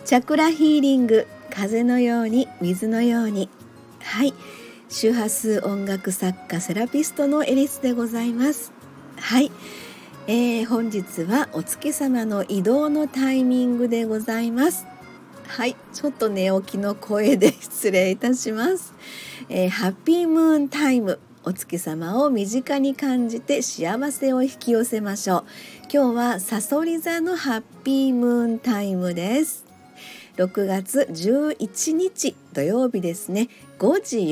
チャクラヒーリング、風のように水のように。はい、周波数音楽作家セラピストのエリスでございます。はい、本日はお月様の移動のタイミングでございます。はい、ちょっと寝起きの声で失礼いたします。ハッピームーンタイム、お月様を身近に感じて幸せを引き寄せましょう。今日はさそり座のハッピームーンタイムです。6月11日土曜日ですね。5時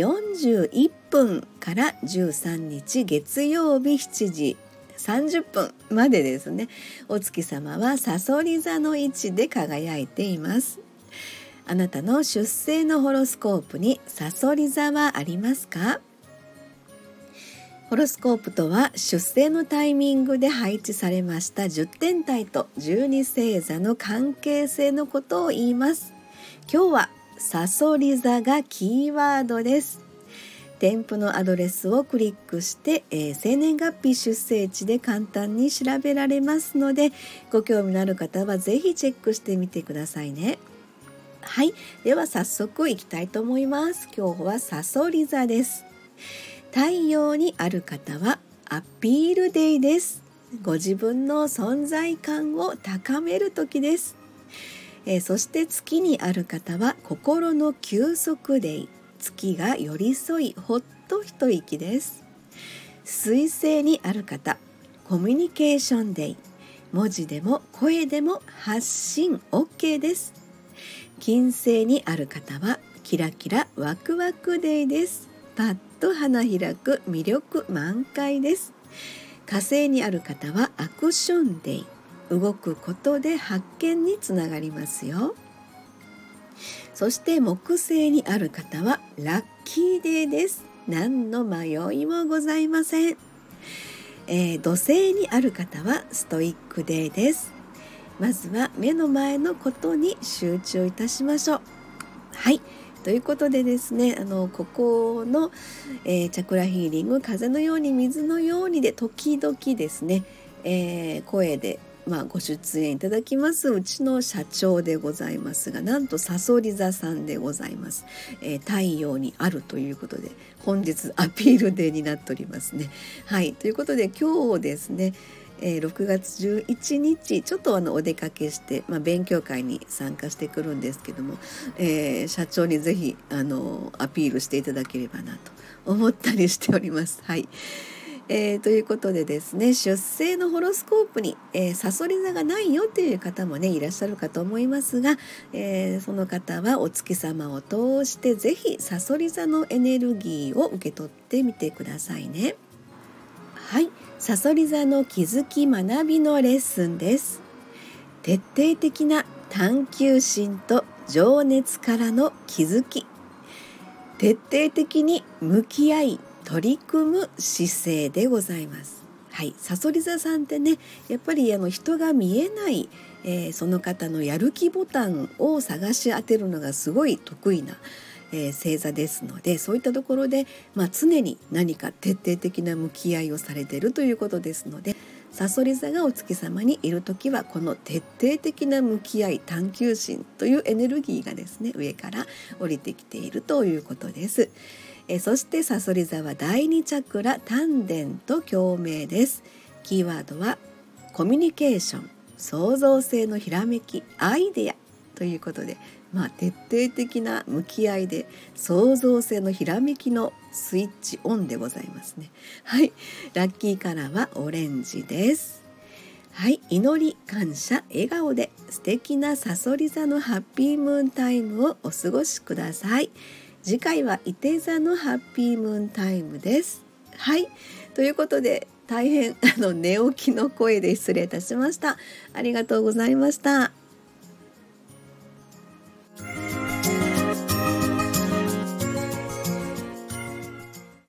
41分から13日月曜日7時30分までですね。お月様はさそり座の位置で輝いています。あなたの出生のホロスコープにさそり座はありますか？ホロスコープとは出生のタイミングで配置されました10天体と12星座の関係性のことを言います。今日はさそり座がキーワードです。添付のアドレスをクリックして、生年月日出生地で簡単に調べられますので、ご興味のある方はぜひチェックしてみてくださいね。はい、では早速いきたいと思います。今日はさそり座です。太陽にある方はアピールデイです。ご自分の存在感を高める時です。そして月にある方は心の休息デイ、月が寄り添いほっと一息です。水星にある方、コミュニケーションデイ、文字でも声でも発信 OK です。金星にある方はキラキラワクワクデイです。パッと花開く魅力満開です。火星にある方はアクションデイ、動くことで発見につながりますよ。そして木星にある方はラッキーデイです。何の迷いもございません。土星にある方はストイックデイです。まずは目の前のことに集中いたしましょう。はい、ということでですね、ここの、チャクラヒーリング、風のように水のようにで時々ですね、声で、ご出演いただきますうちの社長でございますが、なんとさそり座さんでございます。太陽にあるということで本日アピールデーになっておりますね。はい、ということで今日ですね、6月11日ちょっとお出かけして、勉強会に参加してくるんですけども、社長にぜひアピールしていただければなと思ったりしております。はい、ということでですね、出生のホロスコープにさそり座がないよという方もねいらっしゃるかと思いますが、その方はお月様を通してぜひさそり座のエネルギーを受け取ってみてくださいね。はい、さそり座の気づき学びのレッスンです。徹底的な探求心と情熱からの気づき、徹底的に向き合い取り組む姿勢でございます。はい、さそり座さんってね、やっぱり人が見えない、その方のやる気ボタンを探し当てるのがすごい得意な星座ですので、そういったところで、常に何か徹底的な向き合いをされているということですので、さそり座がお月様にいるときはこの徹底的な向き合い探求心というエネルギーがですね上から降りてきているということです。そしてさそり座は第2チャクラ丹田と共鳴です。キーワードはコミュニケーション、創造性のひらめき、アイデアということで、徹底的な向き合いで創造性のひらめきのスイッチオンでございますね。はい、ラッキーカラーはオレンジです。はい、祈り、感謝、笑顔で素敵なさそり座のハッピームーンタイムをお過ごしください。次回は射手座のハッピームーンタイムです。はい、ということで大変寝起きの声で失礼いたしました。ありがとうございました。